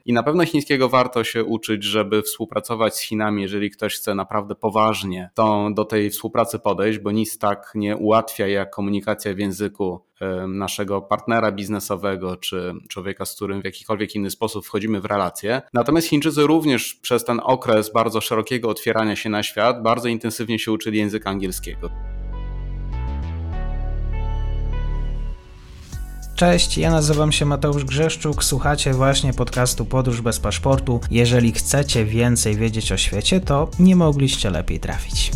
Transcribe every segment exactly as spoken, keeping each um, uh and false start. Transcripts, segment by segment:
I na pewno chińskiego warto się uczyć, żeby współpracować z Chinami, jeżeli ktoś chce naprawdę poważnie to do tej współpracy podejść, bo nic tak nie ułatwia jak komunikacja w języku naszego partnera biznesowego czy człowieka, z którym w jakikolwiek inny sposób wchodzimy w relacje. Natomiast Chińczycy również przez ten okres bardzo szerokiego otwierania się na świat bardzo intensywnie się uczyli języka angielskiego. Cześć, ja nazywam się Mateusz Grzeszczuk, słuchacie właśnie podcastu Podróż bez paszportu. Jeżeli chcecie więcej wiedzieć o świecie, to nie mogliście lepiej trafić.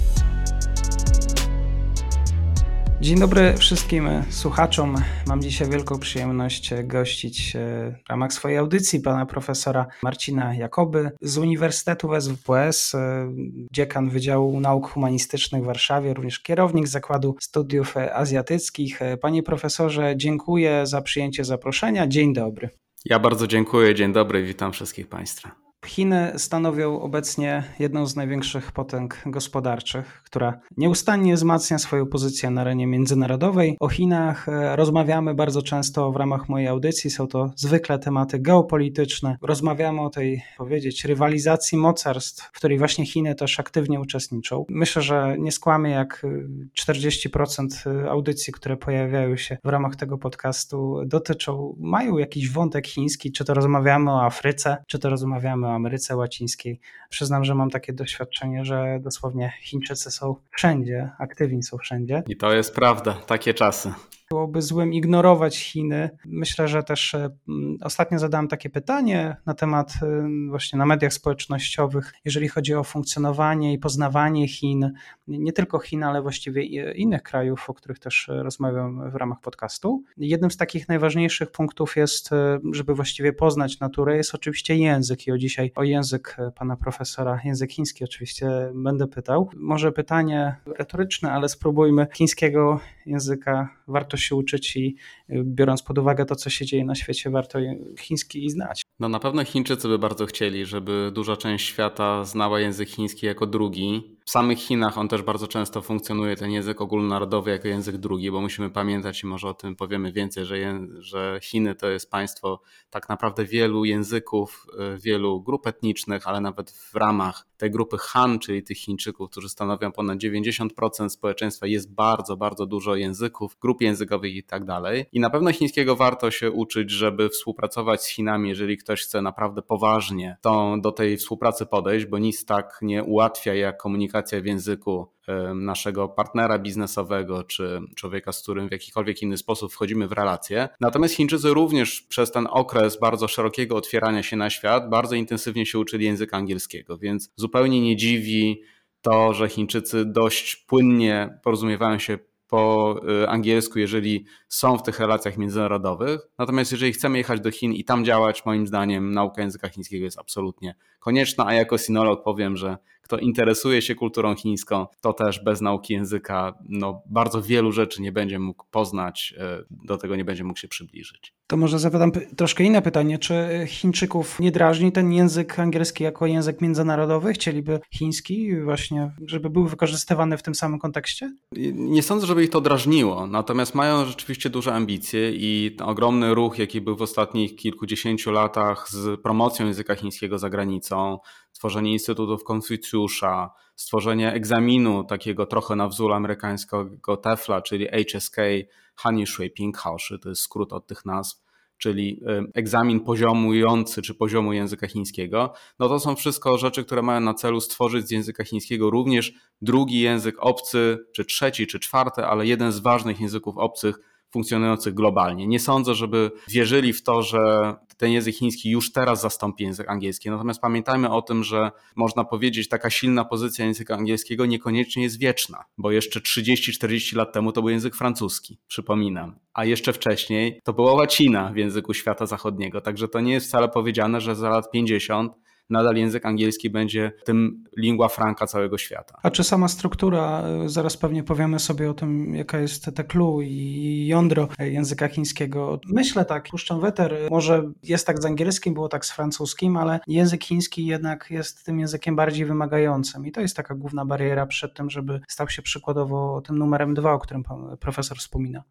Dzień dobry wszystkim słuchaczom. Mam dzisiaj wielką przyjemność gościć w ramach swojej audycji pana profesora Marcina Jakoby z Uniwersytetu S W P S, dziekan Wydziału Nauk Humanistycznych w Warszawie, również kierownik Zakładu Studiów Azjatyckich. Panie profesorze, dziękuję za przyjęcie zaproszenia. Dzień dobry. Ja bardzo dziękuję. Dzień dobry. Witam wszystkich państwa. Chiny stanowią obecnie jedną z największych potęg gospodarczych, która nieustannie wzmacnia swoją pozycję na arenie międzynarodowej. O Chinach rozmawiamy bardzo często w ramach mojej audycji. Są to zwykle tematy geopolityczne. Rozmawiamy o tej, powiedzieć, rywalizacji mocarstw, w której właśnie Chiny też aktywnie uczestniczą. Myślę, że nie skłamię, jak czterdzieści procent audycji, które pojawiają się w ramach tego podcastu, dotyczą, mają jakiś wątek chiński, czy to rozmawiamy o Afryce, czy to rozmawiamy o Ameryce Łacińskiej. Przyznam, że mam takie doświadczenie, że dosłownie Chińczycy są wszędzie, aktywni są wszędzie. I to jest prawda, takie czasy. Byłoby złym ignorować Chiny. Myślę, że też ostatnio zadałem takie pytanie na temat właśnie na mediach społecznościowych, jeżeli chodzi o funkcjonowanie i poznawanie Chin, nie tylko Chin, ale właściwie innych krajów, o których też rozmawiam w ramach podcastu. Jednym z takich najważniejszych punktów jest, żeby właściwie poznać naturę, jest oczywiście język i o dzisiaj o język pana profesora, język chiński oczywiście będę pytał. Może pytanie retoryczne, ale spróbujmy. Chińskiego języka warto się uczyć i biorąc pod uwagę to, co się dzieje na świecie, warto chiński znać. No na pewno Chińczycy by bardzo chcieli, żeby duża część świata znała język chiński jako drugi. W samych Chinach on też bardzo często funkcjonuje, ten język ogólnonarodowy jako język drugi, bo musimy pamiętać i może o tym powiemy więcej, że, je, że Chiny to jest państwo tak naprawdę wielu języków, wielu grup etnicznych, ale nawet w ramach tej grupy Han, czyli tych Chińczyków, którzy stanowią ponad dziewięćdziesiąt procent społeczeństwa, jest bardzo, bardzo dużo języków, grup językowych i tak dalej. I na pewno chińskiego warto się uczyć, żeby współpracować z Chinami, jeżeli ktoś chce naprawdę poważnie to do tej współpracy podejść, bo nic tak nie ułatwia jak komunikacja w języku naszego partnera biznesowego czy człowieka, z którym w jakikolwiek inny sposób wchodzimy w relacje. Natomiast Chińczycy również przez ten okres bardzo szerokiego otwierania się na świat bardzo intensywnie się uczyli języka angielskiego, więc zupełnie nie dziwi to, że Chińczycy dość płynnie porozumiewają się po angielsku, jeżeli są w tych relacjach międzynarodowych. Natomiast jeżeli chcemy jechać do Chin i tam działać, moim zdaniem nauka języka chińskiego jest absolutnie konieczna, a jako sinolog powiem, że kto interesuje się kulturą chińską, to też bez nauki języka no, bardzo wielu rzeczy nie będzie mógł poznać, do tego nie będzie mógł się przybliżyć. To może zapytam troszkę inne pytanie. Czy Chińczyków nie drażni ten język angielski jako język międzynarodowy? Chcieliby chiński właśnie, żeby był wykorzystywany w tym samym kontekście? Nie sądzę, żeby ich to drażniło, natomiast mają rzeczywiście duże ambicje i ten ogromny ruch, jaki był w ostatnich kilkudziesięciu latach z promocją języka chińskiego za granicą, stworzenie Instytutów Konfucjusza, stworzenie egzaminu takiego trochę na wzór amerykańskiego TEFLA, czyli H S K, Hanyu Shui Pinghaoshi, to jest skrót od tych nazw, czyli egzamin poziomujący czy poziomu języka chińskiego, no to są wszystko rzeczy, które mają na celu stworzyć z języka chińskiego również drugi język obcy, czy trzeci, czy czwarty, ale jeden z ważnych języków obcych funkcjonujących globalnie. Nie sądzę, żeby wierzyli w to, że ten język chiński już teraz zastąpi język angielski. Natomiast pamiętajmy o tym, że można powiedzieć, taka silna pozycja języka angielskiego niekoniecznie jest wieczna, bo jeszcze trzydzieści czterdzieści lat temu to był język francuski, przypominam, a jeszcze wcześniej to była łacina w języku świata zachodniego. Także to nie jest wcale powiedziane, że za lat pięćdziesiąt nadal język angielski będzie tym lingua franca całego świata. A czy sama struktura, zaraz pewnie powiemy sobie o tym, jaka jest te clue i jądro języka chińskiego. Myślę tak, puszczam weter, może jest tak z angielskim, było tak z francuskim, ale język chiński jednak jest tym językiem bardziej wymagającym i to jest taka główna bariera przed tym, żeby stał się przykładowo tym numerem dwa, o którym pan profesor wspomina.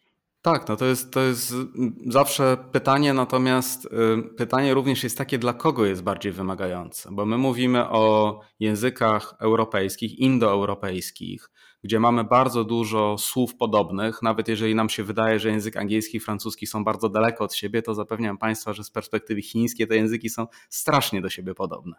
Tak, no to jest, to jest zawsze pytanie, natomiast pytanie również jest takie, dla kogo jest bardziej wymagające, bo my mówimy o językach europejskich, indoeuropejskich, gdzie mamy bardzo dużo słów podobnych, nawet jeżeli nam się wydaje, że język angielski i francuski są bardzo daleko od siebie, to zapewniam Państwa, że z perspektywy chińskiej te języki są strasznie do siebie podobne.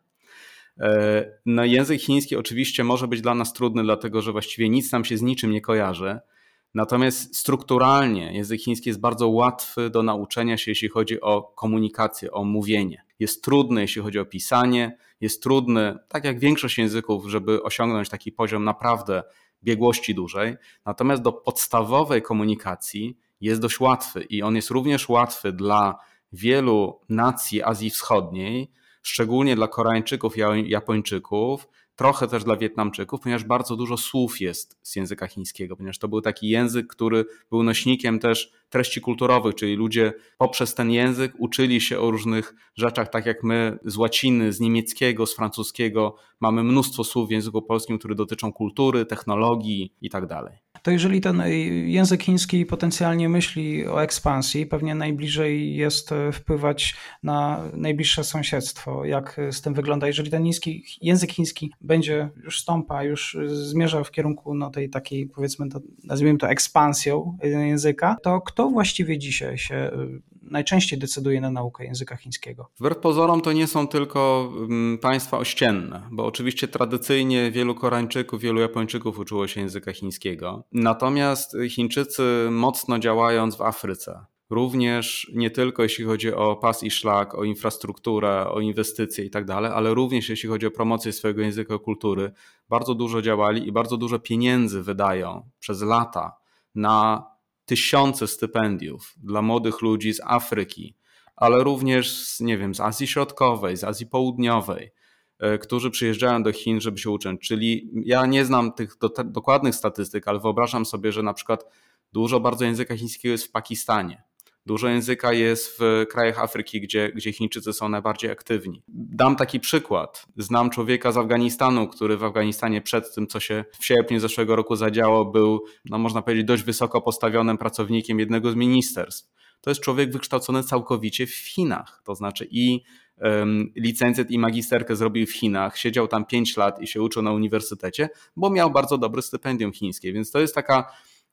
No, język chiński oczywiście może być dla nas trudny, dlatego że właściwie nic nam się z niczym nie kojarzy. Natomiast strukturalnie język chiński jest bardzo łatwy do nauczenia się, jeśli chodzi o komunikację, o mówienie. Jest trudny, jeśli chodzi o pisanie, jest trudny, tak jak większość języków, żeby osiągnąć taki poziom naprawdę biegłości dużej. Natomiast do podstawowej komunikacji jest dość łatwy i on jest również łatwy dla wielu nacji Azji Wschodniej, szczególnie dla Koreańczyków i Japończyków, trochę też dla Wietnamczyków, ponieważ bardzo dużo słów jest z języka chińskiego, ponieważ to był taki język, który był nośnikiem też treści kulturowych, czyli ludzie poprzez ten język uczyli się o różnych rzeczach, tak jak my z łaciny, z niemieckiego, z francuskiego mamy mnóstwo słów w języku polskim, które dotyczą kultury, technologii i tak dalej. To jeżeli ten język chiński potencjalnie myśli o ekspansji, pewnie najbliżej jest wpływać na najbliższe sąsiedztwo. Jak z tym wygląda? Jeżeli ten chiński, język chiński będzie już stąpa, już zmierza w kierunku no, tej takiej, powiedzmy, to, nazwijmy to ekspansją języka, to kto właściwie dzisiaj się najczęściej decyduje na naukę języka chińskiego? Wbrew pozorom to nie są tylko państwa ościenne, bo oczywiście tradycyjnie wielu Koreańczyków, wielu Japończyków uczyło się języka chińskiego. Natomiast Chińczycy mocno działając w Afryce, również nie tylko jeśli chodzi o pas i szlak, o infrastrukturę, o inwestycje i tak dalej, ale również jeśli chodzi o promocję swojego języka, kultury, bardzo dużo działali i bardzo dużo pieniędzy wydają przez lata na tysiące stypendiów dla młodych ludzi z Afryki, ale również z, nie wiem, z Azji Środkowej, z Azji Południowej, którzy przyjeżdżają do Chin, żeby się uczyć. Czyli ja nie znam tych do, dokładnych statystyk, ale wyobrażam sobie, że na przykład dużo bardzo języka chińskiego jest w Pakistanie. Dużo języka jest w krajach Afryki, gdzie, gdzie Chińczycy są najbardziej aktywni. Dam taki przykład. Znam człowieka z Afganistanu, który w Afganistanie przed tym, co się w sierpniu zeszłego roku zadziało, był, no można powiedzieć, dość wysoko postawionym pracownikiem jednego z ministerstw. To jest człowiek wykształcony całkowicie w Chinach. To znaczy i um, licencjat i magisterkę zrobił w Chinach, siedział tam pięć lat i się uczył na uniwersytecie, bo miał bardzo dobre stypendium chińskie. Więc to jest taka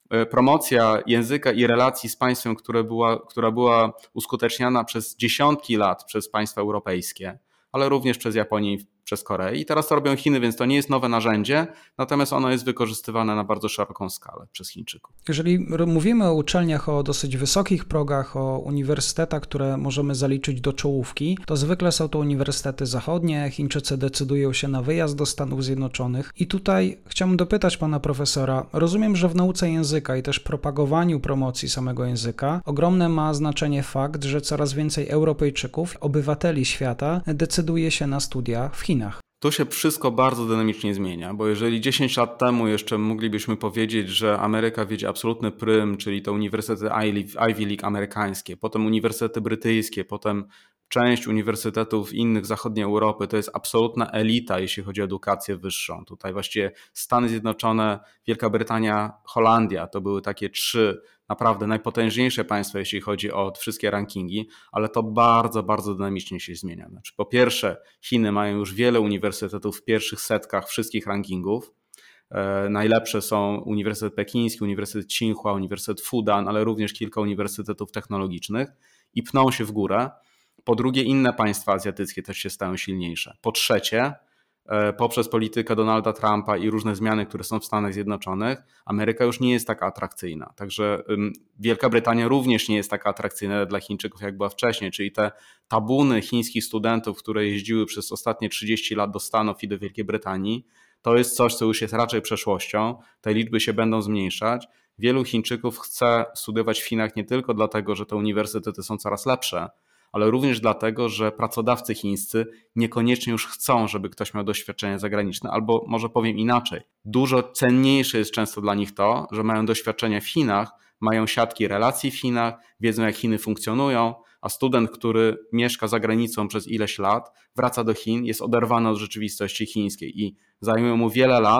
promocja języka i relacji z państwem, które była, która była uskuteczniana przez dziesiątki lat przez państwa europejskie, ale również przez Japonię i przez Koreę. I teraz to robią Chiny, więc to nie jest nowe narzędzie, natomiast ono jest wykorzystywane na bardzo szeroką skalę przez Chińczyków. Jeżeli mówimy o uczelniach o dosyć wysokich progach, o uniwersytetach, które możemy zaliczyć do czołówki, to zwykle są to uniwersytety zachodnie. Chińczycy decydują się na wyjazd do Stanów Zjednoczonych. I tutaj chciałbym dopytać pana profesora, rozumiem, że w nauce języka i też propagowaniu promocji samego języka ogromne ma znaczenie fakt, że coraz więcej Europejczyków, obywateli świata decyduje się na studia w Chinach. Tu się wszystko bardzo dynamicznie zmienia, bo jeżeli dziesięć lat temu jeszcze moglibyśmy powiedzieć, że Ameryka wiedzie absolutny prym, czyli to uniwersytety Ivy League amerykańskie, potem uniwersytety brytyjskie, potem część uniwersytetów innych zachodniej Europy, to jest absolutna elita, jeśli chodzi o edukację wyższą. Tutaj właściwie Stany Zjednoczone, Wielka Brytania, Holandia to były takie trzy naprawdę najpotężniejsze państwa, jeśli chodzi o wszystkie rankingi, ale to bardzo, bardzo dynamicznie się zmienia. Znaczy, po pierwsze, Chiny mają już wiele uniwersytetów w pierwszych setkach wszystkich rankingów. Najlepsze są Uniwersytet Pekiński, Uniwersytet Tsinghua, Uniwersytet Fudan, ale również kilka uniwersytetów technologicznych i pną się w górę. Po drugie, inne państwa azjatyckie też się stają silniejsze. Po trzecie, poprzez politykę Donalda Trumpa i różne zmiany, które są w Stanach Zjednoczonych, Ameryka już nie jest taka atrakcyjna. Także Wielka Brytania również nie jest taka atrakcyjna dla Chińczyków, jak była wcześniej, czyli te tabuny chińskich studentów, które jeździły przez ostatnie trzydzieści lat do Stanów i do Wielkiej Brytanii, to jest coś, co już jest raczej przeszłością. Te liczby się będą zmniejszać. Wielu Chińczyków chce studiować w Chinach nie tylko dlatego, że te uniwersytety są coraz lepsze, ale również dlatego, że pracodawcy chińscy niekoniecznie już chcą, żeby ktoś miał doświadczenie zagraniczne, albo może powiem inaczej, dużo cenniejsze jest często dla nich to, że mają doświadczenie w Chinach, mają siatki relacji w Chinach, wiedzą jak Chiny funkcjonują, a student, który mieszka za granicą przez ileś lat, wraca do Chin, jest oderwany od rzeczywistości chińskiej i zajmuje mu wiele lat,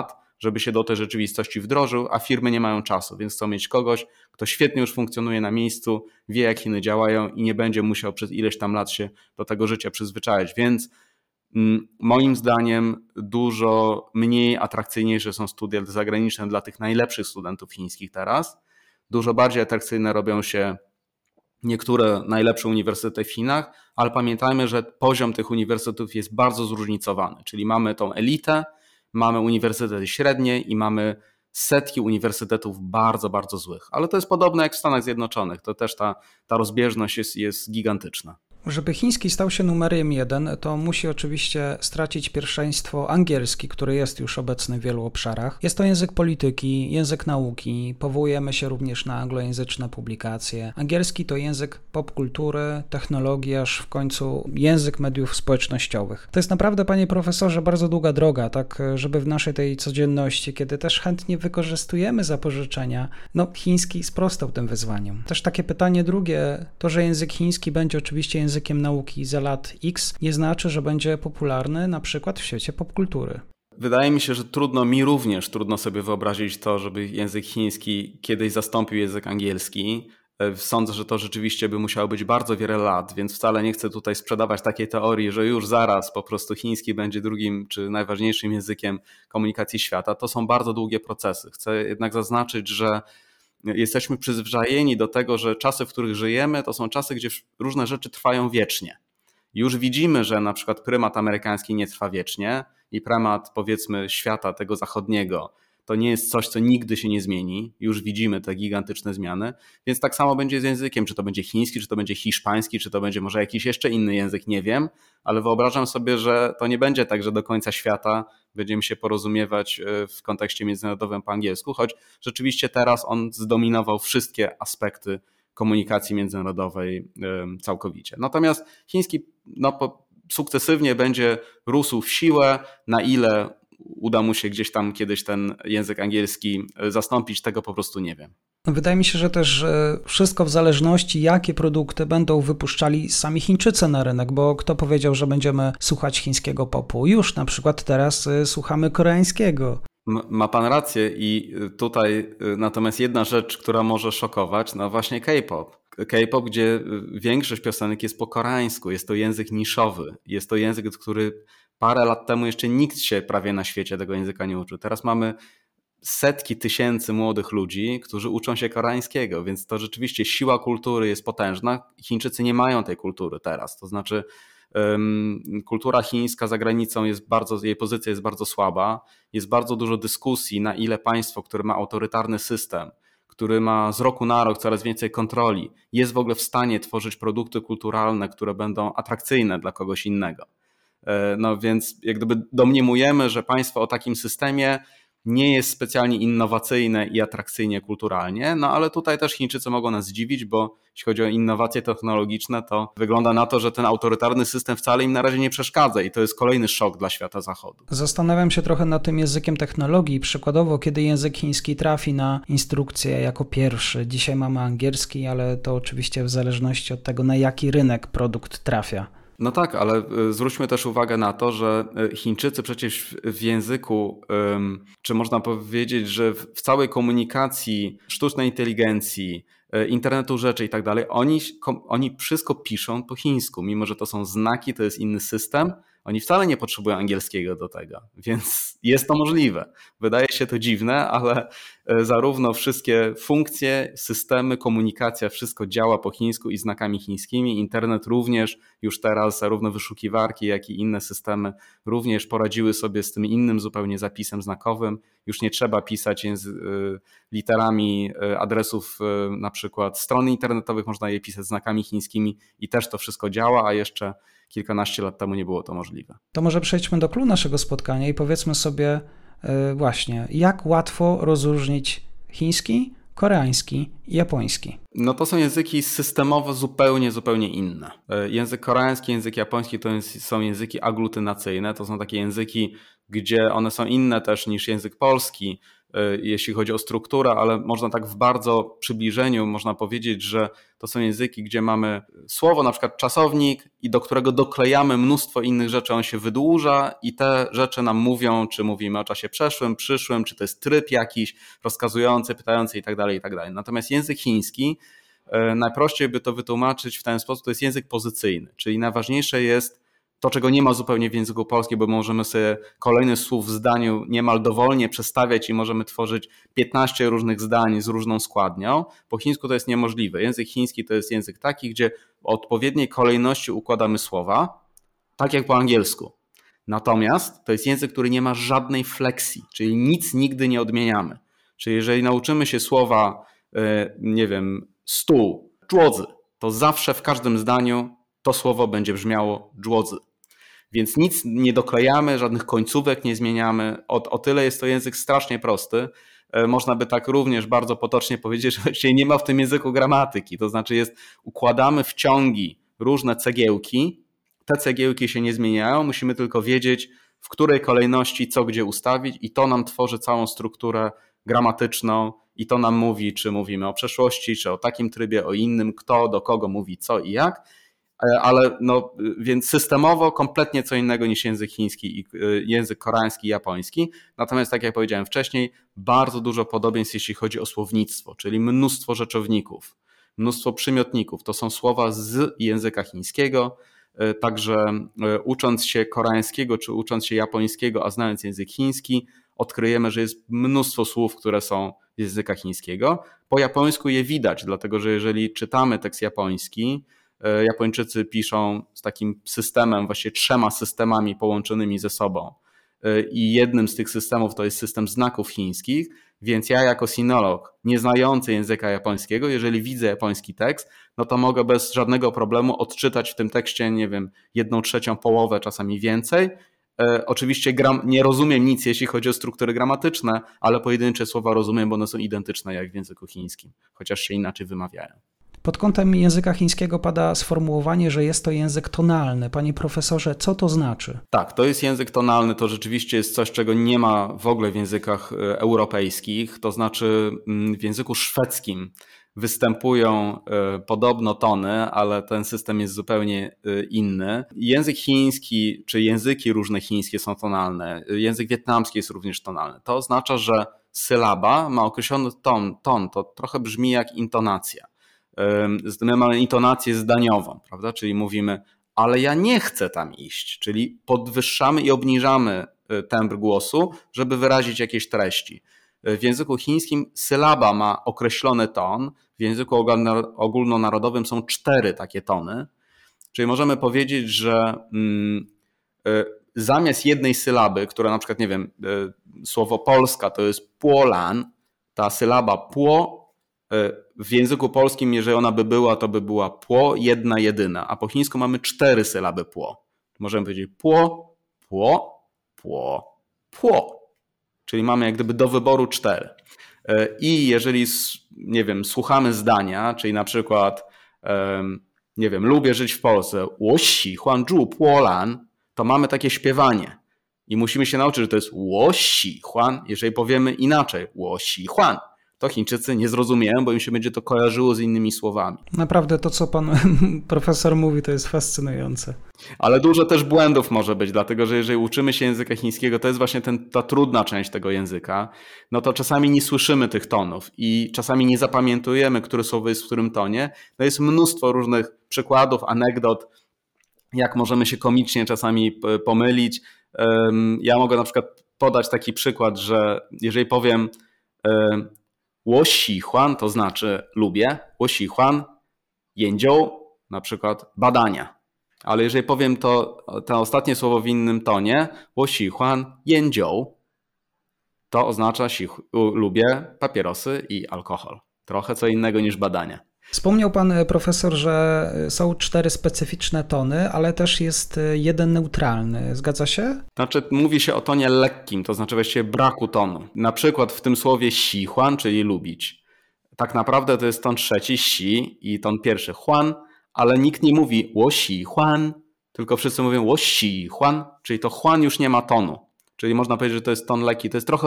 żeby się do tej rzeczywistości wdrożył, a firmy nie mają czasu, więc chcą mieć kogoś, kto świetnie już funkcjonuje na miejscu, wie jak Chiny działają i nie będzie musiał przez ileś tam lat się do tego życia przyzwyczajać, więc moim zdaniem dużo mniej atrakcyjniejsze są studia zagraniczne dla tych najlepszych studentów chińskich teraz. Dużo bardziej atrakcyjne robią się niektóre najlepsze uniwersytety w Chinach, ale pamiętajmy, że poziom tych uniwersytetów jest bardzo zróżnicowany, czyli mamy tą elitę, mamy uniwersytety średnie i mamy setki uniwersytetów bardzo, bardzo złych. Ale to jest podobne jak w Stanach Zjednoczonych, to też ta, ta rozbieżność jest, jest gigantyczna. Żeby chiński stał się numerem jeden, to musi oczywiście stracić pierwszeństwo angielski, który jest już obecny w wielu obszarach. Jest to język polityki, język nauki, powołujemy się również na anglojęzyczne publikacje. Angielski to język popkultury, technologii, aż w końcu język mediów społecznościowych. To jest naprawdę, panie profesorze, bardzo długa droga, tak żeby w naszej tej codzienności, kiedy też chętnie wykorzystujemy zapożyczenia, no chiński sprostał tym wyzwaniom. Też takie pytanie drugie, to, że język chiński będzie oczywiście językiem językiem nauki za lat X, nie znaczy, że będzie popularny na przykład w świecie popkultury. Wydaje mi się, że trudno, mi również trudno sobie wyobrazić to, żeby język chiński kiedyś zastąpił język angielski. Sądzę, że to rzeczywiście by musiało być bardzo wiele lat, więc wcale nie chcę tutaj sprzedawać takiej teorii, że już zaraz po prostu chiński będzie drugim czy najważniejszym językiem komunikacji świata. To są bardzo długie procesy. Chcę jednak zaznaczyć, że jesteśmy przyzwyczajeni do tego, że czasy, w których żyjemy, to są czasy, gdzie różne rzeczy trwają wiecznie. Już widzimy, że na przykład prymat amerykański nie trwa wiecznie i prymat, powiedzmy, świata tego zachodniego to nie jest coś, co nigdy się nie zmieni. Już widzimy te gigantyczne zmiany, więc tak samo będzie z językiem, czy to będzie chiński, czy to będzie hiszpański, czy to będzie może jakiś jeszcze inny język, nie wiem, ale wyobrażam sobie, że to nie będzie tak, że do końca świata będziemy się porozumiewać w kontekście międzynarodowym po angielsku, choć rzeczywiście teraz on zdominował wszystkie aspekty komunikacji międzynarodowej całkowicie. Natomiast chiński no, sukcesywnie będzie rósł w siłę, na ile uda mu się gdzieś tam kiedyś ten język angielski zastąpić, tego po prostu nie wiem. Wydaje mi się, że też wszystko w zależności, jakie produkty będą wypuszczali sami Chińczycy na rynek, bo kto powiedział, że będziemy słuchać chińskiego popu? Już na przykład teraz słuchamy koreańskiego. Ma pan rację i tutaj natomiast jedna rzecz, która może szokować, no właśnie K-pop. K-pop, gdzie większość piosenek jest po koreańsku, jest to język niszowy, jest to język, który parę lat temu jeszcze nikt się prawie na świecie tego języka nie uczył. Teraz mamy setki tysięcy młodych ludzi, którzy uczą się koreańskiego, więc to rzeczywiście siła kultury jest potężna. Chińczycy nie mają tej kultury teraz, to znaczy um, kultura chińska za granicą jest bardzo, jej pozycja jest bardzo słaba, jest bardzo dużo dyskusji, na ile państwo, które ma autorytarny system, który ma z roku na rok coraz więcej kontroli, jest w ogóle w stanie tworzyć produkty kulturalne, które będą atrakcyjne dla kogoś innego. No więc jak gdyby domniemujemy, że państwo o takim systemie nie jest specjalnie innowacyjne i atrakcyjnie kulturalnie, no ale tutaj też Chińczycy mogą nas zdziwić, bo jeśli chodzi o innowacje technologiczne, to wygląda na to, że ten autorytarny system wcale im na razie nie przeszkadza i to jest kolejny szok dla świata zachodu. Zastanawiam się trochę nad tym językiem technologii. Przykładowo, kiedy język chiński trafi na instrukcję jako pierwszy. Dzisiaj mamy angielski, ale to oczywiście w zależności od tego, na jaki rynek produkt trafia. No tak, ale zwróćmy też uwagę na to, że Chińczycy przecież w języku, czy można powiedzieć, że w całej komunikacji, sztucznej inteligencji, internetu rzeczy i tak dalej, oni, oni wszystko piszą po chińsku, mimo że to są znaki, to jest inny system, oni wcale nie potrzebują angielskiego do tego, więc jest to możliwe. Wydaje się to dziwne, ale zarówno wszystkie funkcje, systemy, komunikacja, wszystko działa po chińsku i znakami chińskimi. Internet również już teraz, zarówno wyszukiwarki, jak i inne systemy również poradziły sobie z tym innym zupełnie zapisem znakowym. Już nie trzeba pisać literami adresów na przykład stron internetowych, można je pisać znakami chińskimi i też to wszystko działa, a jeszcze kilkanaście lat temu nie było to możliwe. To może przejdźmy do clou naszego spotkania i powiedzmy sobie właśnie, jak łatwo rozróżnić chiński, koreański i japoński. No to są języki systemowo zupełnie, zupełnie inne. Język koreański, język japoński to są języki aglutynacyjne, to są takie języki, gdzie one są inne też niż język polski. jeśli chodzi o strukturę, ale można tak w bardzo przybliżeniu można powiedzieć, że to są języki, gdzie mamy słowo, na przykład czasownik i do którego doklejamy mnóstwo innych rzeczy, on się wydłuża i te rzeczy nam mówią, czy mówimy o czasie przeszłym, przyszłym, czy to jest tryb jakiś rozkazujący, pytający i tak dalej, i tak dalej. Natomiast język chiński, najprościej by to wytłumaczyć w ten sposób, to jest język pozycyjny, czyli najważniejsze jest to, czego nie ma zupełnie w języku polskim, bo możemy sobie kolejnych słów w zdaniu niemal dowolnie przestawiać i możemy tworzyć piętnaście różnych zdań z różną składnią. Po chińsku to jest niemożliwe. Język chiński to jest język taki, gdzie w odpowiedniej kolejności układamy słowa, tak jak po angielsku. Natomiast to jest język, który nie ma żadnej fleksji, czyli nic nigdy nie odmieniamy. Czyli jeżeli nauczymy się słowa, nie wiem, stół, zhuozi, to zawsze w każdym zdaniu to słowo będzie brzmiało zhuozi. Więc nic nie doklejamy, żadnych końcówek nie zmieniamy. O, o tyle jest to język strasznie prosty. Można by tak również bardzo potocznie powiedzieć, że właściwie nie ma w tym języku gramatyki. To znaczy jest, układamy w ciągi różne cegiełki. Te cegiełki się nie zmieniają. Musimy tylko wiedzieć, w której kolejności co gdzie ustawić i to nam tworzy całą strukturę gramatyczną i to nam mówi, czy mówimy o przeszłości, czy o takim trybie, o innym, kto do kogo mówi co i jak. Ale no, więc systemowo kompletnie co innego niż język chiński i język koreański i japoński. Natomiast tak jak powiedziałem wcześniej, bardzo dużo podobieństw jeśli chodzi o słownictwo, czyli mnóstwo rzeczowników, mnóstwo przymiotników. To są słowa z języka chińskiego, także ucząc się koreańskiego czy ucząc się japońskiego, a znając język chiński, odkryjemy, że jest mnóstwo słów, które są z języka chińskiego. Po japońsku je widać, dlatego że jeżeli czytamy tekst japoński, Japończycy piszą z takim systemem, właściwie trzema systemami połączonymi ze sobą i jednym z tych systemów to jest system znaków chińskich, więc ja jako sinolog, nie znający języka japońskiego, jeżeli widzę japoński tekst, no to mogę bez żadnego problemu odczytać w tym tekście, nie wiem, jedną trzecią, połowę, czasami więcej. Oczywiście gram, nie rozumiem nic, jeśli chodzi o struktury gramatyczne, ale pojedyncze słowa rozumiem, bo one są identyczne jak w języku chińskim, chociaż się inaczej wymawiają. Pod kątem języka chińskiego pada sformułowanie, że jest to język tonalny. Panie profesorze, co to znaczy? Tak, to jest język tonalny, to rzeczywiście jest coś, czego nie ma w ogóle w językach europejskich, to znaczy w języku szwedzkim występują podobno tony, ale ten system jest zupełnie inny. Język chiński, czy języki różne chińskie są tonalne, język wietnamski jest również tonalny. To oznacza, że sylaba ma określony ton, ton to trochę brzmi jak intonacja. My mamy intonację zdaniową, prawda? Czyli mówimy, ale ja nie chcę tam iść, czyli podwyższamy i obniżamy tembr głosu, żeby wyrazić jakieś treści. W języku chińskim sylaba ma określony ton, w języku ogólnonarodowym są cztery takie tony, czyli możemy powiedzieć, że zamiast jednej sylaby, która na przykład, nie wiem, słowo Polska to jest płolan, ta sylaba pło w języku polskim, jeżeli ona by była, to by była pło, jedna, jedyna, a po chińsku mamy cztery sylaby pło. Możemy powiedzieć pło, pło, pło, pło. Czyli mamy jak gdyby do wyboru cztery. I jeżeli, nie wiem, słuchamy zdania, czyli na przykład, nie wiem, lubię żyć w Polsce, 我喜欢住波兰, to mamy takie śpiewanie. I musimy się nauczyć, że to jest 我喜欢, jeżeli powiemy inaczej, 我喜欢. To Chińczycy nie zrozumieją, bo im się będzie to kojarzyło z innymi słowami. Naprawdę to, co pan profesor mówi, to jest fascynujące. Ale dużo też błędów może być, dlatego że jeżeli uczymy się języka chińskiego, to jest właśnie ten, ta trudna część tego języka, no to czasami nie słyszymy tych tonów i czasami nie zapamiętujemy, które słowo jest w którym tonie. No jest mnóstwo różnych przykładów, anegdot, jak możemy się komicznie czasami pomylić. Ja mogę na przykład podać taki przykład, że jeżeli powiem 我喜欢 to znaczy lubię, 我喜欢研究 na przykład badania. Ale jeżeli powiem to, to ostatnie słowo w innym tonie, 我喜欢研究, to oznacza, że lubię papierosy i alkohol. Trochę co innego niż badania. Wspomniał pan profesor, że są cztery specyficzne tony, ale też jest jeden neutralny. Zgadza się? Znaczy mówi się o tonie lekkim, to znaczy właściwie braku tonu. Na przykład w tym słowie xi huan, czyli lubić. Tak naprawdę to jest ton trzeci xi i ton pierwszy huan, ale nikt nie mówi 我喜欢, tylko wszyscy mówią 我喜欢, czyli to huan już nie ma tonu. Czyli można powiedzieć, że to jest ton lekki. To jest trochę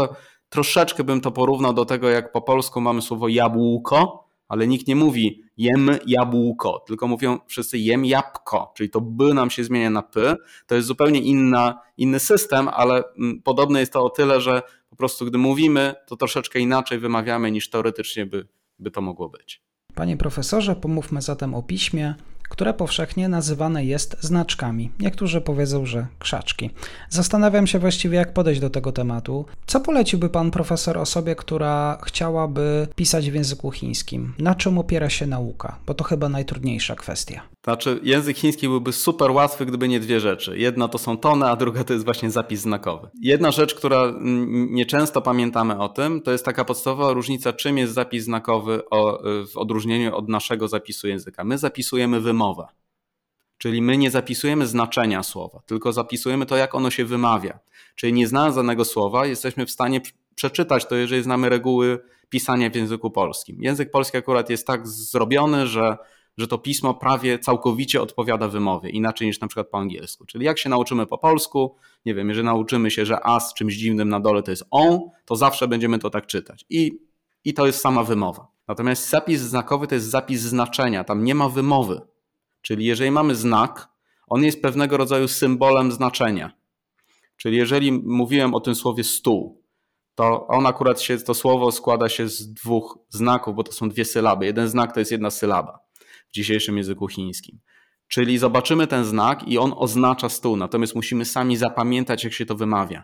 troszeczkę bym to porównał do tego, jak po polsku mamy słowo jabłko, ale nikt nie mówi jem jabłko, tylko mówią wszyscy jem jabłko, czyli to by nam się zmienia na p. To jest zupełnie inna, inny system, ale podobne jest to o tyle, że po prostu gdy mówimy, to troszeczkę inaczej wymawiamy niż teoretycznie by, by to mogło być. Panie profesorze, pomówmy zatem o piśmie, które powszechnie nazywane jest znaczkami. Niektórzy powiedzą, że krzaczki. Zastanawiam się właściwie, jak podejść do tego tematu. Co poleciłby pan profesor osobie, która chciałaby pisać w języku chińskim? Na czym opiera się nauka? Bo to chyba najtrudniejsza kwestia. Znaczy, język chiński byłby super łatwy, gdyby nie dwie rzeczy. Jedna to są tony, a druga to jest właśnie zapis znakowy. Jedna rzecz, która nieczęsto pamiętamy o tym, to jest taka podstawowa różnica, czym jest zapis znakowy o, w odróżnieniu od naszego zapisu języka. My zapisujemy wymowę, czyli my nie zapisujemy znaczenia słowa, tylko zapisujemy to, jak ono się wymawia. Czyli nie znając danego słowa, jesteśmy w stanie przeczytać to, jeżeli znamy reguły pisania w języku polskim. Język polski akurat jest tak zrobiony, że że to pismo prawie całkowicie odpowiada wymowie, inaczej niż na przykład po angielsku. Czyli jak się nauczymy po polsku, nie wiem, jeżeli nauczymy się, że a z czymś dziwnym na dole to jest on, to zawsze będziemy to tak czytać. I, i to jest sama wymowa. Natomiast zapis znakowy to jest zapis znaczenia, tam nie ma wymowy. Czyli jeżeli mamy znak, on jest pewnego rodzaju symbolem znaczenia. Czyli jeżeli mówiłem o tym słowie stół, to on akurat się, to słowo składa się z dwóch znaków, bo to są dwie sylaby. Jeden znak to jest jedna sylaba w dzisiejszym języku chińskim. Czyli zobaczymy ten znak i on oznacza stół, natomiast musimy sami zapamiętać, jak się to wymawia.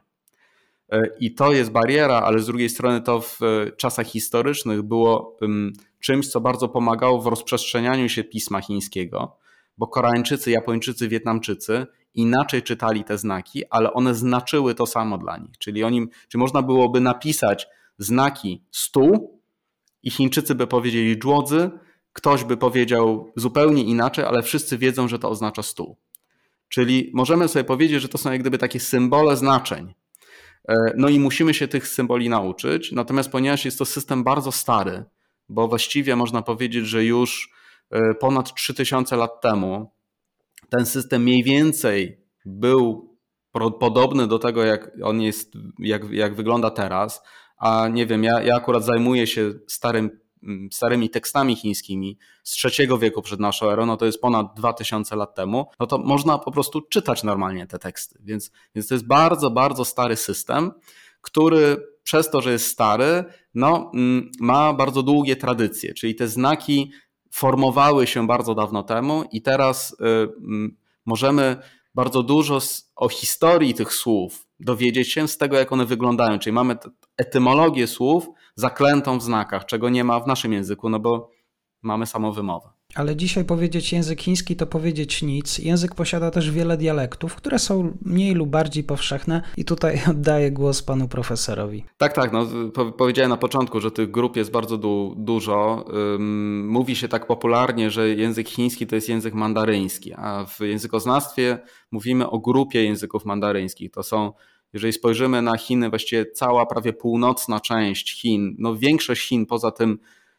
I to jest bariera, ale z drugiej strony to w czasach historycznych było czymś, co bardzo pomagało w rozprzestrzenianiu się pisma chińskiego, bo Koreańczycy, Japończycy, Wietnamczycy inaczej czytali te znaki, ale one znaczyły to samo dla nich. Czyli, oni, czyli można byłoby napisać znaki stół i Chińczycy by powiedzieli dżłodzy, ktoś by powiedział zupełnie inaczej, ale wszyscy wiedzą, że to oznacza stół. Czyli możemy sobie powiedzieć, że to są jak gdyby takie symbole znaczeń. No i musimy się tych symboli nauczyć, natomiast ponieważ jest to system bardzo stary, bo właściwie można powiedzieć, że już ponad trzy tysiące lat temu ten system mniej więcej był podobny do tego, jak on jest, jak, jak wygląda teraz, a nie wiem, ja, ja akurat zajmuję się starym starymi tekstami chińskimi z trzeciego wieku przed naszą erą, no to jest ponad dwa tysiące lat temu, no to można po prostu czytać normalnie te teksty. Więc, więc to jest bardzo, bardzo stary system, który przez to, że jest stary, no, ma bardzo długie tradycje, czyli te znaki formowały się bardzo dawno temu i teraz y, możemy bardzo dużo z, o historii tych słów dowiedzieć się z tego, jak one wyglądają, czyli mamy etymologię słów zaklętą w znakach, czego nie ma w naszym języku, no bo mamy samą wymowę. Ale dzisiaj powiedzieć język chiński to powiedzieć nic. Język posiada też wiele dialektów, które są mniej lub bardziej powszechne i tutaj oddaję głos panu profesorowi. Tak, tak, no powiedziałem na początku, że tych grup jest bardzo du- dużo. Um, mówi się tak popularnie, że język chiński to jest język mandaryński, a w językoznawstwie mówimy o grupie języków mandaryńskich. To są, jeżeli spojrzymy na Chiny, właściwie cała prawie północna część Chin, no większość Chin poza tym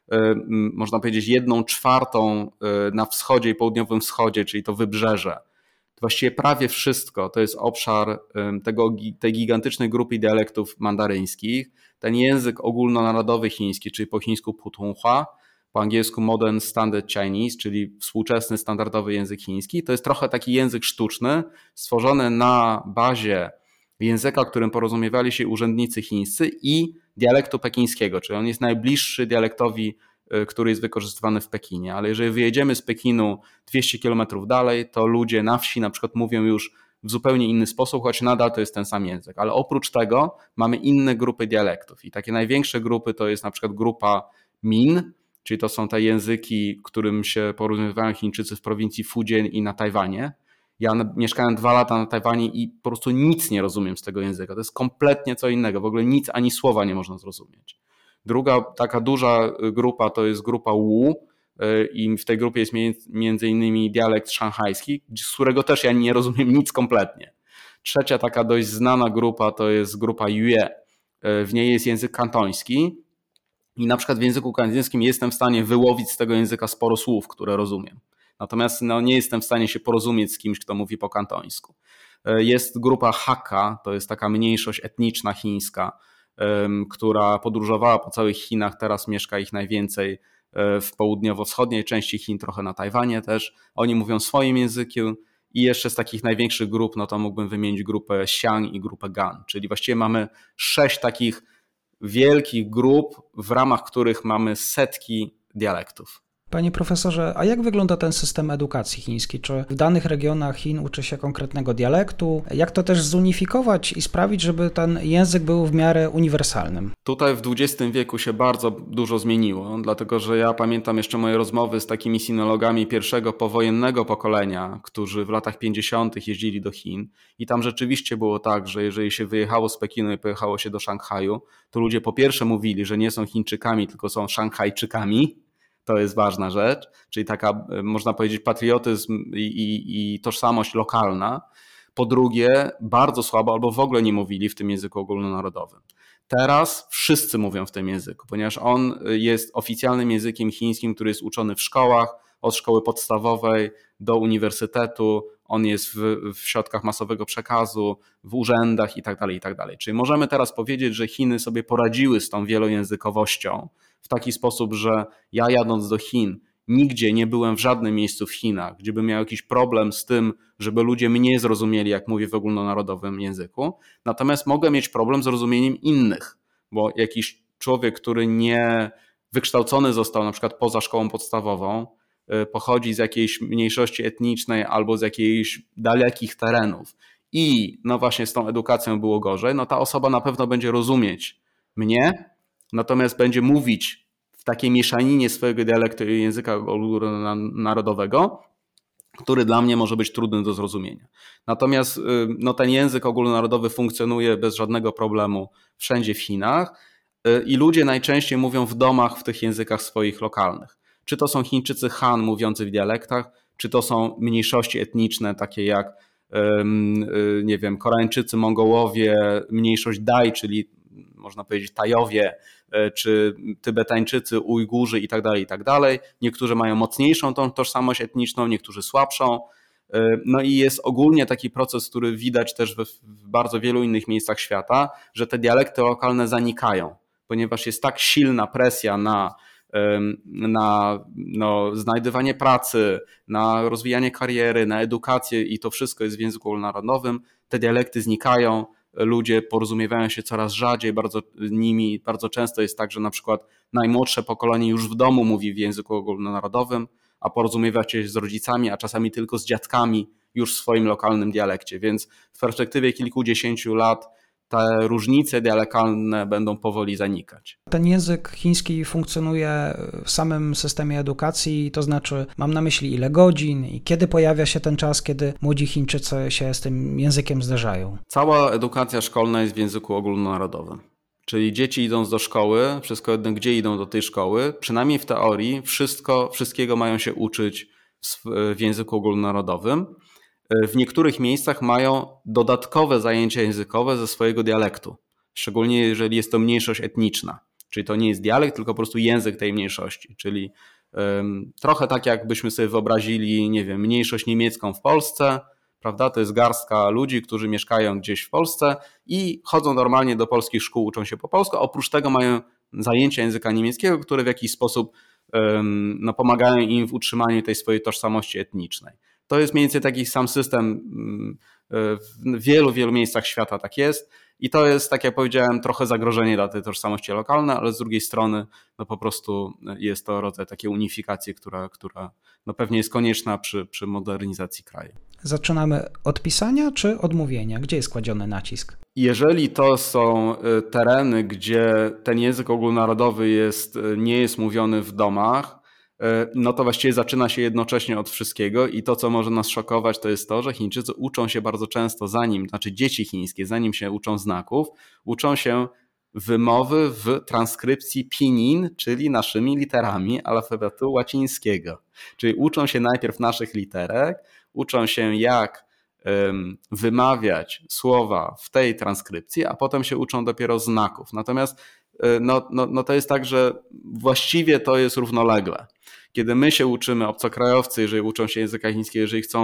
można powiedzieć jedną czwartą na wschodzie i południowym wschodzie, czyli to wybrzeże. Właściwie prawie wszystko to jest obszar tego, tej gigantycznej grupy dialektów mandaryńskich. Ten język ogólnonarodowy chiński, czyli po chińsku Putonghua, po angielsku Modern Standard Chinese, czyli współczesny standardowy język chiński, to jest trochę taki język sztuczny, stworzony na bazie języka, którym porozumiewali się urzędnicy chińscy i dialektu pekińskiego, czyli on jest najbliższy dialektowi, który jest wykorzystywany w Pekinie, ale jeżeli wyjedziemy z Pekinu dwieście kilometrów dalej, to ludzie na wsi na przykład mówią już w zupełnie inny sposób, choć nadal to jest ten sam język, ale oprócz tego mamy inne grupy dialektów i takie największe grupy to jest na przykład grupa Min, czyli to są te języki, którym się porozumiewają Chińczycy w prowincji Fujian i na Tajwanie. Ja mieszkałem dwa lata na Tajwanie i po prostu nic nie rozumiem z tego języka. To jest kompletnie co innego. W ogóle nic ani słowa nie można zrozumieć. Druga taka duża grupa to jest grupa Wu i w tej grupie jest między innymi dialekt szanghajski, z którego też ja nie rozumiem nic kompletnie. Trzecia taka dość znana grupa to jest grupa Yue. W niej jest język kantoński i na przykład w języku kantońskim jestem w stanie wyłowić z tego języka sporo słów, które rozumiem. Natomiast no, nie jestem w stanie się porozumieć z kimś, kto mówi po kantońsku. Jest grupa Hakka, to jest taka mniejszość etniczna chińska, która podróżowała po całych Chinach, teraz mieszka ich najwięcej w południowo-wschodniej części Chin, trochę na Tajwanie też. Oni mówią swoim językiem i jeszcze z takich największych grup, no to mógłbym wymienić grupę Xiang i grupę Gan, czyli właściwie mamy sześć takich wielkich grup, w ramach których mamy setki dialektów. Panie profesorze, a jak wygląda ten system edukacji chińskiej? Czy w danych regionach Chin uczy się konkretnego dialektu? Jak to też zunifikować i sprawić, żeby ten język był w miarę uniwersalnym? Tutaj w dwudziestym wieku się bardzo dużo zmieniło, dlatego że ja pamiętam jeszcze moje rozmowy z takimi sinologami pierwszego powojennego pokolenia, którzy w latach pięćdziesiątych jeździli do Chin i tam rzeczywiście było tak, że jeżeli się wyjechało z Pekinu i pojechało się do Szanghaju, to ludzie po pierwsze mówili, że nie są Chińczykami, tylko są Szanghajczykami. To jest ważna rzecz, czyli taka, można powiedzieć, patriotyzm i, i, i tożsamość lokalna. Po drugie, bardzo słabo albo w ogóle nie mówili w tym języku ogólnonarodowym. Teraz wszyscy mówią w tym języku, ponieważ on jest oficjalnym językiem chińskim, który jest uczony w szkołach, od szkoły podstawowej do uniwersytetu, on jest w, w środkach masowego przekazu, w urzędach itd., itd. Czyli możemy teraz powiedzieć, że Chiny sobie poradziły z tą wielojęzykowością w taki sposób, że ja jadąc do Chin nigdzie nie byłem w żadnym miejscu w Chinach, gdzie bym miał jakiś problem z tym, żeby ludzie mnie zrozumieli, jak mówię w ogólnonarodowym języku. Natomiast mogę mieć problem z rozumieniem innych, bo jakiś człowiek, który nie wykształcony został na przykład poza szkołą podstawową, pochodzi z jakiejś mniejszości etnicznej albo z jakichś dalekich terenów i no właśnie z tą edukacją było gorzej, no ta osoba na pewno będzie rozumieć mnie, natomiast będzie mówić w takiej mieszaninie swojego dialektu i języka ogólnonarodowego, który dla mnie może być trudny do zrozumienia. Natomiast no, ten język ogólnonarodowy funkcjonuje bez żadnego problemu wszędzie w Chinach i ludzie najczęściej mówią w domach w tych językach swoich lokalnych. Czy to są Chińczycy Han mówiący w dialektach, czy to są mniejszości etniczne takie jak nie wiem, Koreańczycy, Mongołowie, mniejszość Daj, czyli można powiedzieć Tajowie, czy Tybetańczycy, Ujgurzy i tak dalej, i tak dalej. Niektórzy mają mocniejszą tą tożsamość etniczną, niektórzy słabszą. No i jest ogólnie taki proces, który widać też w bardzo wielu innych miejscach świata, że te dialekty lokalne zanikają, ponieważ jest tak silna presja na na no, znajdywanie pracy, na rozwijanie kariery, na edukację i to wszystko jest w języku ogólnonarodowym. Te dialekty znikają, ludzie porozumiewają się coraz rzadziej, bardzo nimi bardzo często jest tak, że na przykład najmłodsze pokolenie już w domu mówi w języku ogólnonarodowym, a porozumiewa się z rodzicami, a czasami tylko z dziadkami już w swoim lokalnym dialekcie, więc w perspektywie kilkudziesięciu lat te różnice dialektalne będą powoli zanikać. Ten język chiński funkcjonuje w samym systemie edukacji, to znaczy mam na myśli ile godzin i kiedy pojawia się ten czas, kiedy młodzi Chińczycy się z tym językiem zderzają. Cała edukacja szkolna jest w języku ogólnonarodowym. Czyli dzieci idąc do szkoły, wszystko jedno gdzie idą do tej szkoły, przynajmniej w teorii wszystko, wszystkiego mają się uczyć w, w języku ogólnonarodowym. W niektórych miejscach mają dodatkowe zajęcia językowe ze swojego dialektu, szczególnie jeżeli jest to mniejszość etniczna, czyli to nie jest dialekt, tylko po prostu język tej mniejszości, czyli um, trochę tak jakbyśmy sobie wyobrazili, nie wiem, mniejszość niemiecką w Polsce, prawda, to jest garstka ludzi, którzy mieszkają gdzieś w Polsce i chodzą normalnie do polskich szkół, uczą się po polsku, a oprócz tego mają zajęcia języka niemieckiego, które w jakiś sposób um, no, pomagają im w utrzymaniu tej swojej tożsamości etnicznej. To jest mniej więcej taki sam system, w wielu, wielu miejscach świata tak jest i to jest, tak jak powiedziałem, trochę zagrożenie dla tej tożsamości lokalnej, ale z drugiej strony no po prostu jest to rodzaj takiej unifikacji, która, która no pewnie jest konieczna przy, przy modernizacji kraju. Zaczynamy od pisania czy od mówienia? Gdzie jest kładziony nacisk? Jeżeli to są tereny, gdzie ten język ogólnonarodowy jest, nie jest mówiony w domach, no to właściwie zaczyna się jednocześnie od wszystkiego i to, co może nas szokować, to jest to, że Chińczycy uczą się bardzo często zanim, znaczy dzieci chińskie, zanim się uczą znaków, uczą się wymowy w transkrypcji pinyin, czyli naszymi literami alfabetu łacińskiego. Czyli uczą się najpierw naszych literek, uczą się jak um, wymawiać słowa w tej transkrypcji, a potem się uczą dopiero znaków. Natomiast no, no, no to jest tak, że właściwie to jest równolegle. Kiedy my się uczymy, obcokrajowcy, jeżeli uczą się języka chińskiego, jeżeli chcą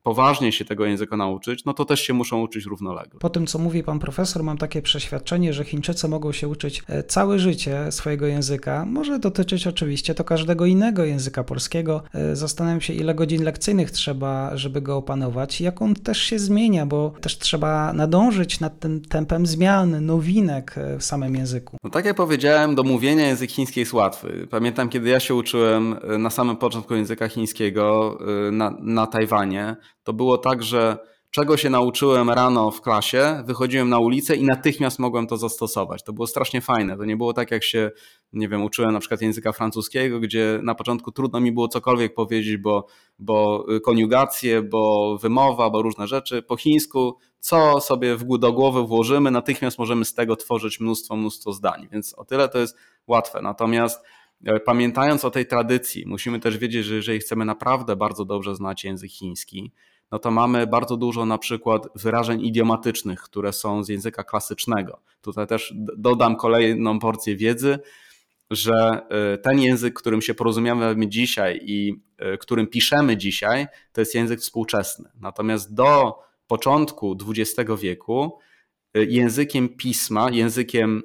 poważnie się tego języka nauczyć, no to też się muszą uczyć równolegle. Po tym, co mówi pan profesor, mam takie przeświadczenie, że Chińczycy mogą się uczyć całe życie swojego języka. Może dotyczyć oczywiście to każdego innego języka polskiego. Zastanawiam się, ile godzin lekcyjnych trzeba, żeby go opanować, jak on też się zmienia, bo też trzeba nadążyć nad tym tempem zmian, nowinek w samym języku. No tak jak powiedziałem, do mówienia język chiński jest łatwy. Pamiętam, kiedy ja się uczyłem na samym początku języka chińskiego na, na Tajwanie, to było tak, że czego się nauczyłem rano w klasie, wychodziłem na ulicę i natychmiast mogłem to zastosować. To było strasznie fajne. To nie było tak, jak się, nie wiem, uczyłem na przykład języka francuskiego, gdzie na początku trudno mi było cokolwiek powiedzieć, bo, bo koniugacje, bo wymowa, bo różne rzeczy. Po chińsku, co sobie w, do głowy włożymy, natychmiast możemy z tego tworzyć mnóstwo, mnóstwo zdań. Więc o tyle to jest łatwe. Natomiast pamiętając o tej tradycji, musimy też wiedzieć, że jeżeli chcemy naprawdę bardzo dobrze znać język chiński, no to mamy bardzo dużo na przykład wyrażeń idiomatycznych, które są z języka klasycznego. Tutaj też dodam kolejną porcję wiedzy, że ten język, którym się porozumiemy dzisiaj i którym piszemy dzisiaj, to jest język współczesny. Natomiast do początku dwudziestego wieku językiem pisma, językiem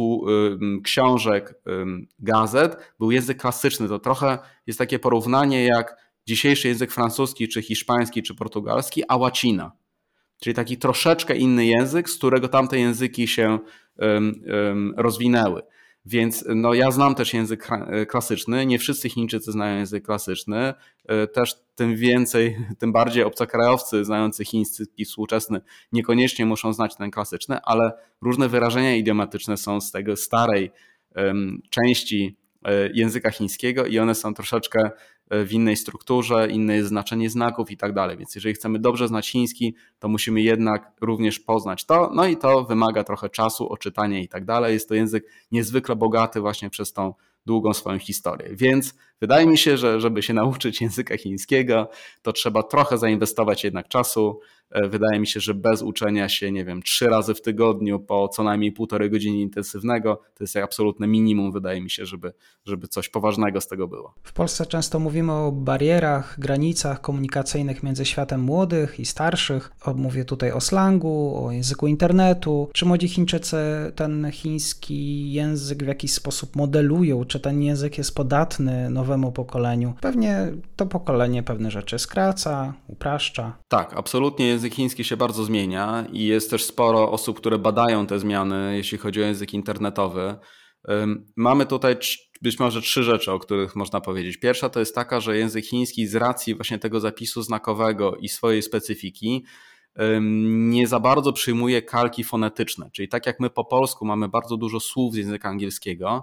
książek, gazet był język klasyczny. To trochę jest takie porównanie jak dzisiejszy język francuski, czy hiszpański, czy portugalski, a łacina. Czyli taki troszeczkę inny język, z którego tamte języki się um, um, rozwinęły. Więc no, ja znam też język klasyczny, nie wszyscy Chińczycy znają język klasyczny, też tym więcej, tym bardziej obcokrajowcy znający chiński współczesny niekoniecznie muszą znać ten klasyczny, ale różne wyrażenia idiomatyczne są z tego starej um, części języka chińskiego i one są troszeczkę w innej strukturze, inne jest znaczenie znaków i tak dalej. Więc jeżeli chcemy dobrze znać chiński, to musimy jednak również poznać to. No i to wymaga trochę czasu, oczytania i tak dalej. Jest to język niezwykle bogaty właśnie przez tą długą swoją historię. Więc wydaje mi się, że żeby się nauczyć języka chińskiego, to trzeba trochę zainwestować jednak czasu. Wydaje mi się, że bez uczenia się, nie wiem, trzy razy w tygodniu po co najmniej półtorej godziny intensywnego, to jest absolutne minimum, wydaje mi się, żeby, żeby coś poważnego z tego było. W Polsce często mówimy o barierach, granicach komunikacyjnych między światem młodych i starszych. Mówię tutaj o slangu, o języku internetu. Czy młodzi Chińczycy ten chiński język w jakiś sposób modelują? Czy ten język jest podatny nowemu pokoleniu? Pewnie to pokolenie pewne rzeczy skraca, upraszcza. Tak, absolutnie język chiński się bardzo zmienia i jest też sporo osób, które badają te zmiany, jeśli chodzi o język internetowy. Mamy tutaj być może trzy rzeczy, o których można powiedzieć. Pierwsza to jest taka, że język chiński z racji właśnie tego zapisu znakowego i swojej specyfiki nie za bardzo przyjmuje kalki fonetyczne, czyli tak jak my po polsku mamy bardzo dużo słów z języka angielskiego,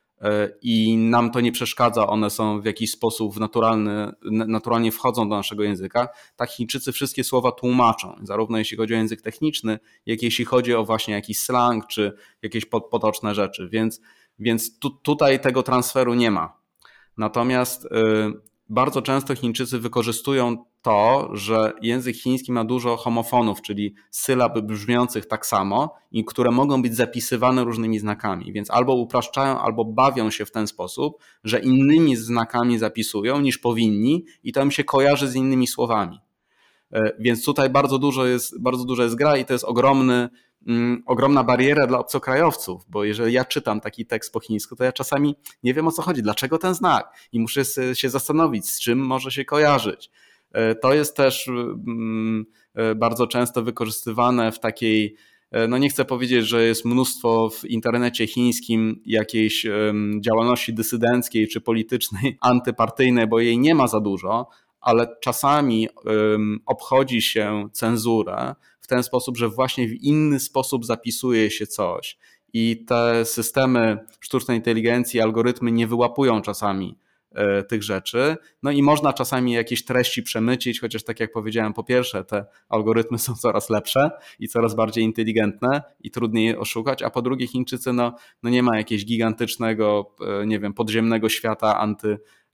i nam to nie przeszkadza, one są w jakiś sposób naturalny, naturalnie wchodzą do naszego języka, tak Chińczycy wszystkie słowa tłumaczą, zarówno jeśli chodzi o język techniczny, jak jeśli chodzi o właśnie jakiś slang, czy jakieś potoczne rzeczy, więc, więc tu, tutaj tego transferu nie ma. Natomiast yy, bardzo często Chińczycy wykorzystują to, że język chiński ma dużo homofonów, czyli sylab brzmiących tak samo i które mogą być zapisywane różnymi znakami, więc albo upraszczają, albo bawią się w ten sposób, że innymi znakami zapisują niż powinni i to im się kojarzy z innymi słowami. Więc tutaj bardzo dużo jest, bardzo dużo jest gra i to jest ogromny, mm, ogromna bariera dla obcokrajowców, bo jeżeli ja czytam taki tekst po chińsku, to ja czasami nie wiem, o co chodzi, dlaczego ten znak i muszę się zastanowić, z czym może się kojarzyć. To jest też bardzo często wykorzystywane w takiej, no nie chcę powiedzieć, że jest mnóstwo w internecie chińskim jakiejś działalności dysydenckiej czy politycznej, antypartyjnej, bo jej nie ma za dużo, ale czasami obchodzi się cenzurę w ten sposób, że właśnie w inny sposób zapisuje się coś i te systemy sztucznej inteligencji, algorytmy nie wyłapują czasami tych rzeczy. No i można czasami jakieś treści przemycić, chociaż tak jak powiedziałem, po pierwsze te algorytmy są coraz lepsze i coraz bardziej inteligentne i trudniej je oszukać, a po drugie Chińczycy no, no nie ma jakiegoś gigantycznego, nie wiem, podziemnego świata anty,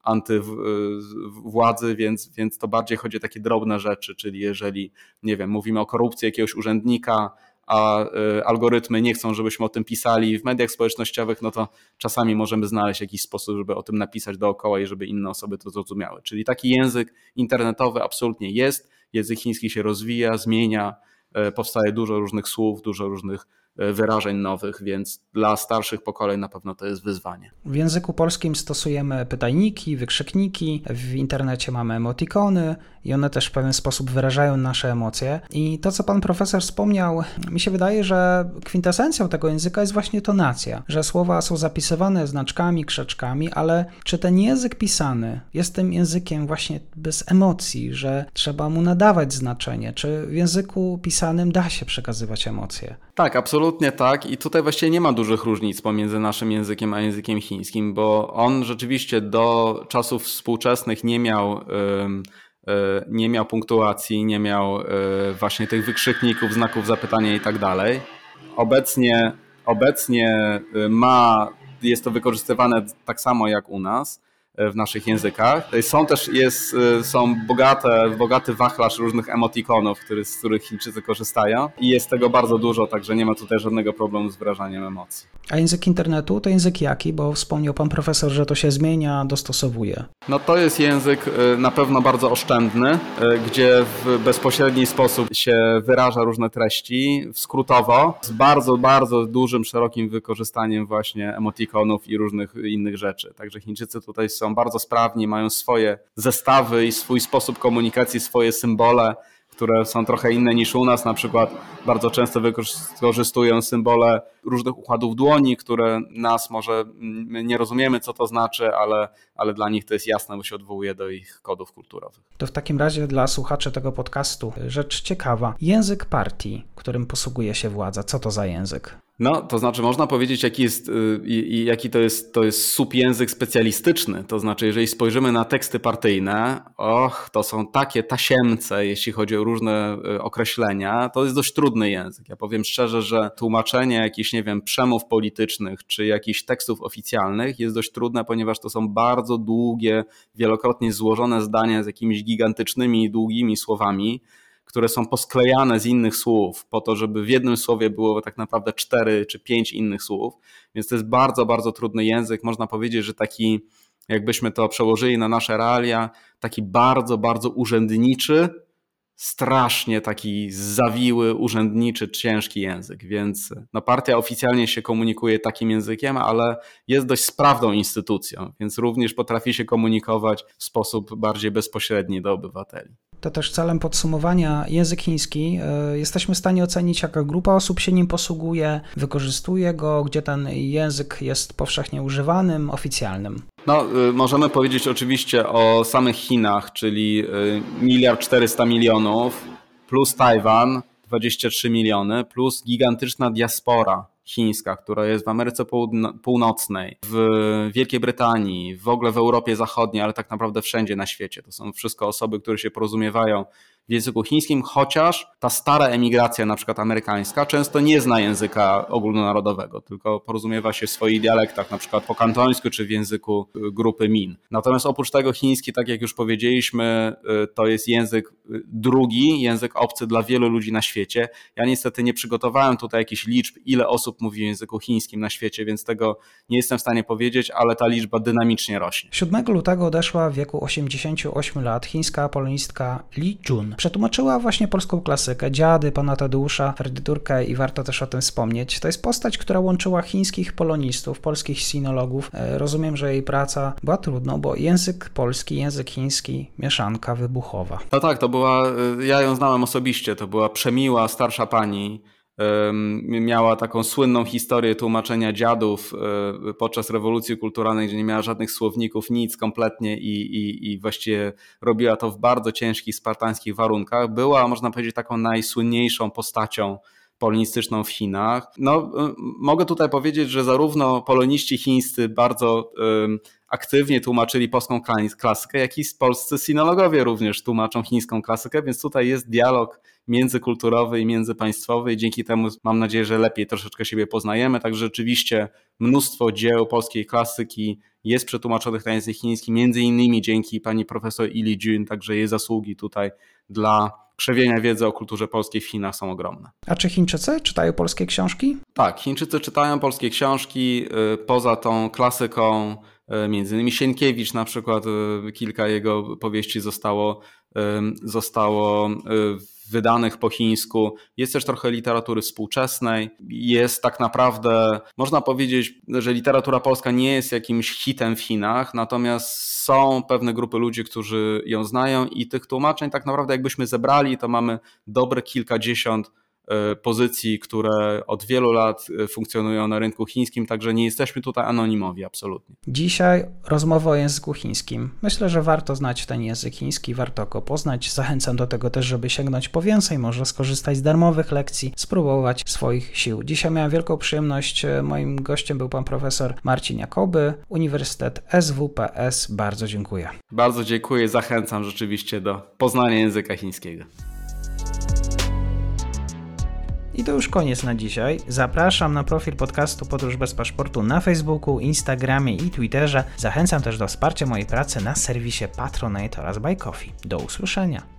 antywładzy, więc, więc to bardziej chodzi o takie drobne rzeczy, czyli jeżeli, nie wiem, mówimy o korupcji jakiegoś urzędnika, a algorytmy nie chcą, żebyśmy o tym pisali w mediach społecznościowych, no to czasami możemy znaleźć jakiś sposób, żeby o tym napisać dookoła i żeby inne osoby to zrozumiały. Czyli taki język internetowy absolutnie jest, język chiński się rozwija, zmienia, powstaje dużo różnych słów, dużo różnych wyrażeń nowych, więc dla starszych pokoleń na pewno to jest wyzwanie. W języku polskim stosujemy pytajniki, wykrzykniki, w internecie mamy emotikony i one też w pewien sposób wyrażają nasze emocje. I to, co pan profesor wspomniał, mi się wydaje, że kwintesencją tego języka jest właśnie tonacja, że słowa są zapisywane znaczkami, krzaczkami, ale czy ten język pisany jest tym językiem właśnie bez emocji, że trzeba mu nadawać znaczenie, czy w języku pisanym da się przekazywać emocje? Tak, absolutnie tak i tutaj właściwie nie ma dużych różnic pomiędzy naszym językiem a językiem chińskim, bo on rzeczywiście do czasów współczesnych nie miał, nie miał punktuacji, nie miał właśnie tych wykrzykników, znaków zapytania i tak dalej. Obecnie, obecnie ma, jest to wykorzystywane tak samo jak u nas w naszych językach. Są też jest, są bogate, bogaty wachlarz różnych emotikonów, który, z których Chińczycy korzystają i jest tego bardzo dużo, także nie ma tutaj żadnego problemu z wyrażaniem emocji. A język internetu to język jaki? Bo wspomniał pan profesor, że to się zmienia, dostosowuje. No to jest język na pewno bardzo oszczędny, gdzie w bezpośredni sposób się wyraża różne treści, skrótowo, z bardzo, bardzo dużym, szerokim wykorzystaniem właśnie emotikonów i różnych innych rzeczy. Także Chińczycy tutaj są bardzo sprawni, mają swoje zestawy i swój sposób komunikacji, swoje symbole, które są trochę inne niż u nas. Na przykład bardzo często wykorzystują symbole różnych układów dłoni, które nas może nie rozumiemy, co to znaczy, ale, ale dla nich to jest jasne, bo się odwołuje do ich kodów kulturowych. To w takim razie dla słuchaczy tego podcastu rzecz ciekawa. Język partii, którym posługuje się władza, co to za język? No, to znaczy można powiedzieć, jaki jest, jaki to jest, to jest subjęzyk specjalistyczny. To znaczy, jeżeli spojrzymy na teksty partyjne, och, to są takie tasiemce, jeśli chodzi o różne określenia, to jest dość trudny język. Ja powiem szczerze, że tłumaczenie jakichś, nie wiem, przemów politycznych, czy jakichś tekstów oficjalnych jest dość trudne, ponieważ to są bardzo długie, wielokrotnie złożone zdania z jakimiś gigantycznymi, długimi słowami, które są posklejane z innych słów po to, żeby w jednym słowie było tak naprawdę cztery czy pięć innych słów. Więc to jest bardzo, bardzo trudny język. Można powiedzieć, że taki, jakbyśmy to przełożyli na nasze realia, taki bardzo, bardzo urzędniczy, strasznie taki zawiły, urzędniczy, ciężki język. Więc no, partia oficjalnie się komunikuje takim językiem, ale jest dość sprawną instytucją, więc również potrafi się komunikować w sposób bardziej bezpośredni do obywateli. To też celem podsumowania język chiński jesteśmy w stanie ocenić, jaka grupa osób się nim posługuje, wykorzystuje go, gdzie ten język jest powszechnie używanym, oficjalnym. No, możemy powiedzieć oczywiście o samych Chinach, czyli miliard czterysta milionów plus Tajwan dwadzieścia trzy miliony plus gigantyczna diaspora chińska, która jest w Ameryce Północnej, w Wielkiej Brytanii, w ogóle w Europie Zachodniej, ale tak naprawdę wszędzie na świecie. To są wszystko osoby, które się porozumiewają w języku chińskim, chociaż ta stara emigracja, na przykład amerykańska, często nie zna języka ogólnonarodowego, tylko porozumiewa się w swoich dialektach, na przykład po kantońsku czy w języku grupy Min. Natomiast oprócz tego chiński, tak jak już powiedzieliśmy, to jest język drugi, język obcy dla wielu ludzi na świecie. Ja niestety nie przygotowałem tutaj jakichś liczb, ile osób mówi w języku chińskim na świecie, więc tego nie jestem w stanie powiedzieć, ale ta liczba dynamicznie rośnie. siódmego lutego odeszła w wieku osiemdziesięciu ośmiu lat chińska polonistka Li Jun. Przetłumaczyła właśnie polską klasykę Dziady pana Tadeusza Ferdyturkę i warto też o tym wspomnieć. To jest postać, która łączyła chińskich polonistów, polskich sinologów. Rozumiem, że jej praca była trudna, bo język polski, język chiński, mieszanka wybuchowa. No tak, to była, ja ją znałem osobiście, to była przemiła starsza pani. Miała taką słynną historię tłumaczenia dziadów podczas rewolucji kulturalnej, gdzie nie miała żadnych słowników, nic kompletnie i, i, i właściwie robiła to w bardzo ciężkich, spartańskich warunkach. Była, można powiedzieć, taką najsłynniejszą postacią polonistyczną w Chinach. No, mogę tutaj powiedzieć, że zarówno poloniści chińscy bardzo um, aktywnie tłumaczyli polską klasykę, jak i polscy sinologowie również tłumaczą chińską klasykę, więc tutaj jest dialog międzykulturowy i międzypaństwowy i dzięki temu mam nadzieję, że lepiej troszeczkę siebie poznajemy. Także rzeczywiście mnóstwo dzieł polskiej klasyki jest przetłumaczonych na język chiński, między innymi dzięki pani profesor Li Jun, także jej zasługi tutaj dla krzewienia wiedzy o kulturze polskiej w Chinach są ogromne. A czy Chińczycy czytają polskie książki? Tak, Chińczycy czytają polskie książki, poza tą klasyką, między innymi Sienkiewicz na przykład, kilka jego powieści zostało zostało wydanych po chińsku. Jest też trochę literatury współczesnej. Jest tak naprawdę, można powiedzieć, że literatura polska nie jest jakimś hitem w Chinach, natomiast są pewne grupy ludzi, którzy ją znają i tych tłumaczeń tak naprawdę jakbyśmy zebrali, to mamy dobre kilkadziesiąt pozycji, które od wielu lat funkcjonują na rynku chińskim, także nie jesteśmy tutaj anonimowi, absolutnie. Dzisiaj rozmowa o języku chińskim. Myślę, że warto znać ten język chiński, warto go poznać. Zachęcam do tego też, żeby sięgnąć po więcej, może skorzystać z darmowych lekcji, spróbować swoich sił. Dzisiaj miałem wielką przyjemność, moim gościem był pan profesor Marcin Jakoby, Uniwersytet S W P S. Bardzo dziękuję. Bardzo dziękuję, zachęcam rzeczywiście do poznania języka chińskiego. I to już koniec na dzisiaj. Zapraszam na profil podcastu Podróż bez paszportu na Facebooku, Instagramie i Twitterze. Zachęcam też do wsparcia mojej pracy na serwisie Patronite oraz Buy Coffee. Do usłyszenia.